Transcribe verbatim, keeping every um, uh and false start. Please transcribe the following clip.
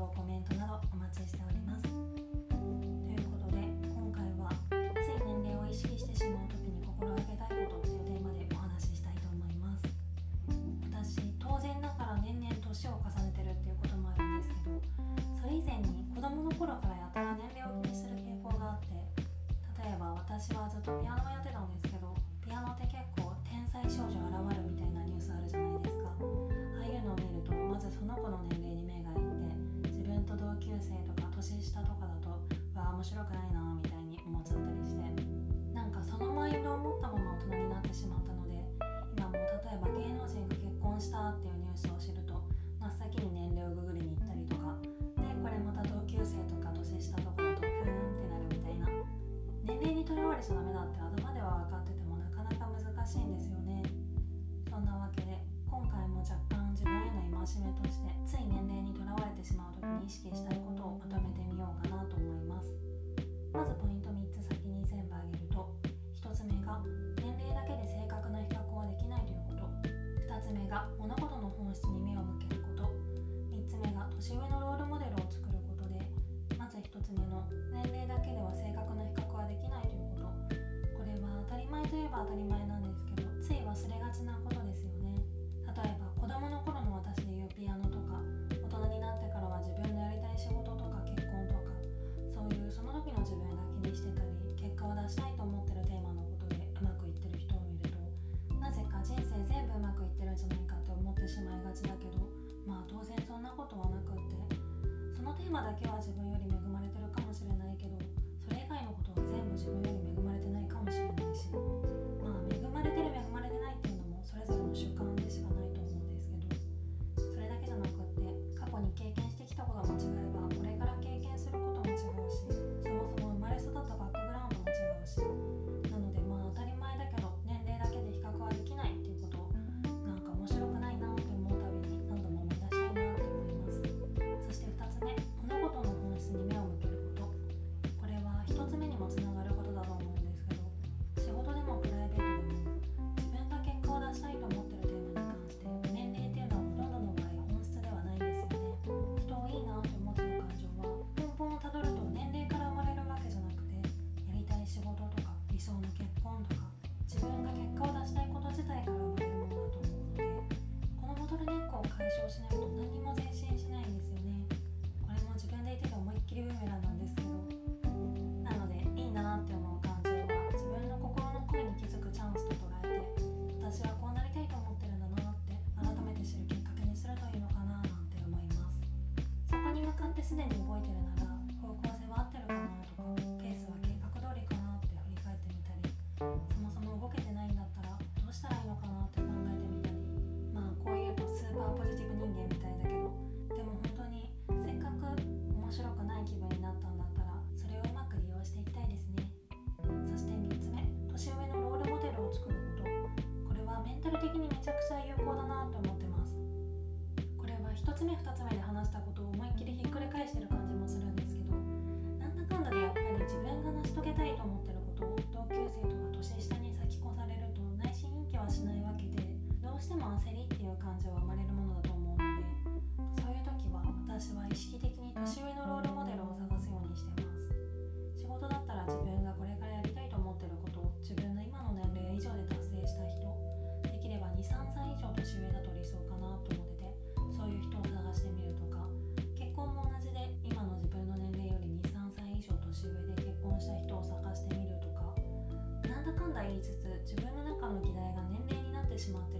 評、コメントなどお待ちしております。ということで、今回はつい年齢を意識してしまうときに心がけたいことというテーマでお話ししたいと思います。私、当然ながら年々年を重ねてるっていうこともあるんですけど、それ以前に子供の頃からやたら年齢を気にする傾向があって、例えば私はずっとピアノをやってたんですけど、ピアノって結構天才少女現るみたいなニュースあるじゃないですか。ああいうのを見ると、まずその子の年齢に目がいって、自分と同級生とか年下とかだと、わあ面白くないなみたいに思っちゃったりして、なんかそのマインドを持ったまま大人になってしまったので、今も例えば芸能人が結婚したっていうニュースを知ると、真っ先に年齢をググりに行ったりとかで、これまた同級生とか年下とかだとふーんってなるみたいな。年齢にとらわれちゃダメだって頭では分かっててもなかなか難しいんですよね。そんなわけで今回も若干自分への戒めとして、つい年齢にとらわれてしまう時に意識したいことをまとめてみようかなと思います。まずポイントみっつ先に全部挙げると、ひとつめが年齢だけで正確な比較はできないということ、ふたつめが物事の本質に目を向けること、みっつめが年上のロールモデルを作ることで、まずひとつめの年齢だけでは正確な比較はできないということ、これは当たり前といえば当たり前なんですけど、つい忘れがちなことですよね。例えば子供の頃の私でいうピアノとか、大人になってからは自分のやりたい仕事とか結婚とか、そういうその時の自分が気にしてたり、結果を出したいと思ってるテーマのことでうまくいってる人を見ると、なぜか人生全部うまくいってるんじゃないかって思ってしまいがちだけど、まあ当然そんなことはなくって、そのテーマだけは自分より恵まれてるかもしれないけど、それ以外のことは全部自分より恵まれてないかもしれないし、まあ恵まれてる恵まれてないっていうのもそれぞれの主観でしかないと思うんですけど、それだけじゃなくって過去に経験してきたことも違えば、これから経験することも違うし、そもそも生まれ育ったバックグラウンドも違うし、なのでまあ当たり前だけど年齢だけで比較はできないっていうことを、なんか面白くないなって思うたびに何度も思い出したいなって思います。そしてふたつめ、物事の本質に目を向けること。これはひとつめにもつながることだと思うんですけど、仕事でもプライベートでも自分が結果を出したいと思ってるテーマに関して、年齢っていうのはほとんどの場合本質ではないんですよね。人をいいなって思ってる感情は根本をたどると年齢から生まれるわけじゃなくて、やりたい仕事とか理想の結婚とか、自分が結果を出したいこと自体から生まれるものだと思うので、このボトルネックを解消しないと何も前進しないんですよね。これも自分で言ってて思いっきりブーメランなんですけど、なのでいいなって思う感情は自分の心の声に気づくチャンスと捉えて、私はこうなりたいと思ってるんだなって改めて知るきっかけにするといいのかななんて思います。そこに向かってすでに動いてるなら、方向性は合ってるかなとか、ペースは計画通りかなって振り返ってみたり、そもそも動けてないんだったらどうしたらいいのかなって考えてみたり、まあこういうとスーパーポジティブ人間みたいだけど、でも本当にせっかく面白くない気分になったんだったら、それをうまく利用していきたいですね。そしてみっつめ、年上のロールモデルを作ること。これはメンタル的にめちゃくちゃ有効だなと思ってます。これはひとつめふたつめで話したことを思いっきりひっくり返してる感じもするんですけど、なんだかんだでやっぱり自分が成し遂げたいと思ってることを同級生とか年下に先越されると内心隠居はしないわけで、どうしても焦りっていう感情は生まれるものだと思うので、そういう時は私は意識的に年上のロールモデルを探すようにしてます。仕事だったら自分がこれからやりたいと思ってることを自分の今の年齢以上で達成した人、できればにさんさい以上年上だと理想かなと思ってて、そういう人を探してみるとか、結婚も同じで今の自分の年齢よりにさんさい以上年上で結婚した人を探してみるとか、なんだかんだ言いつつ自分の中の議題が年齢になってしまって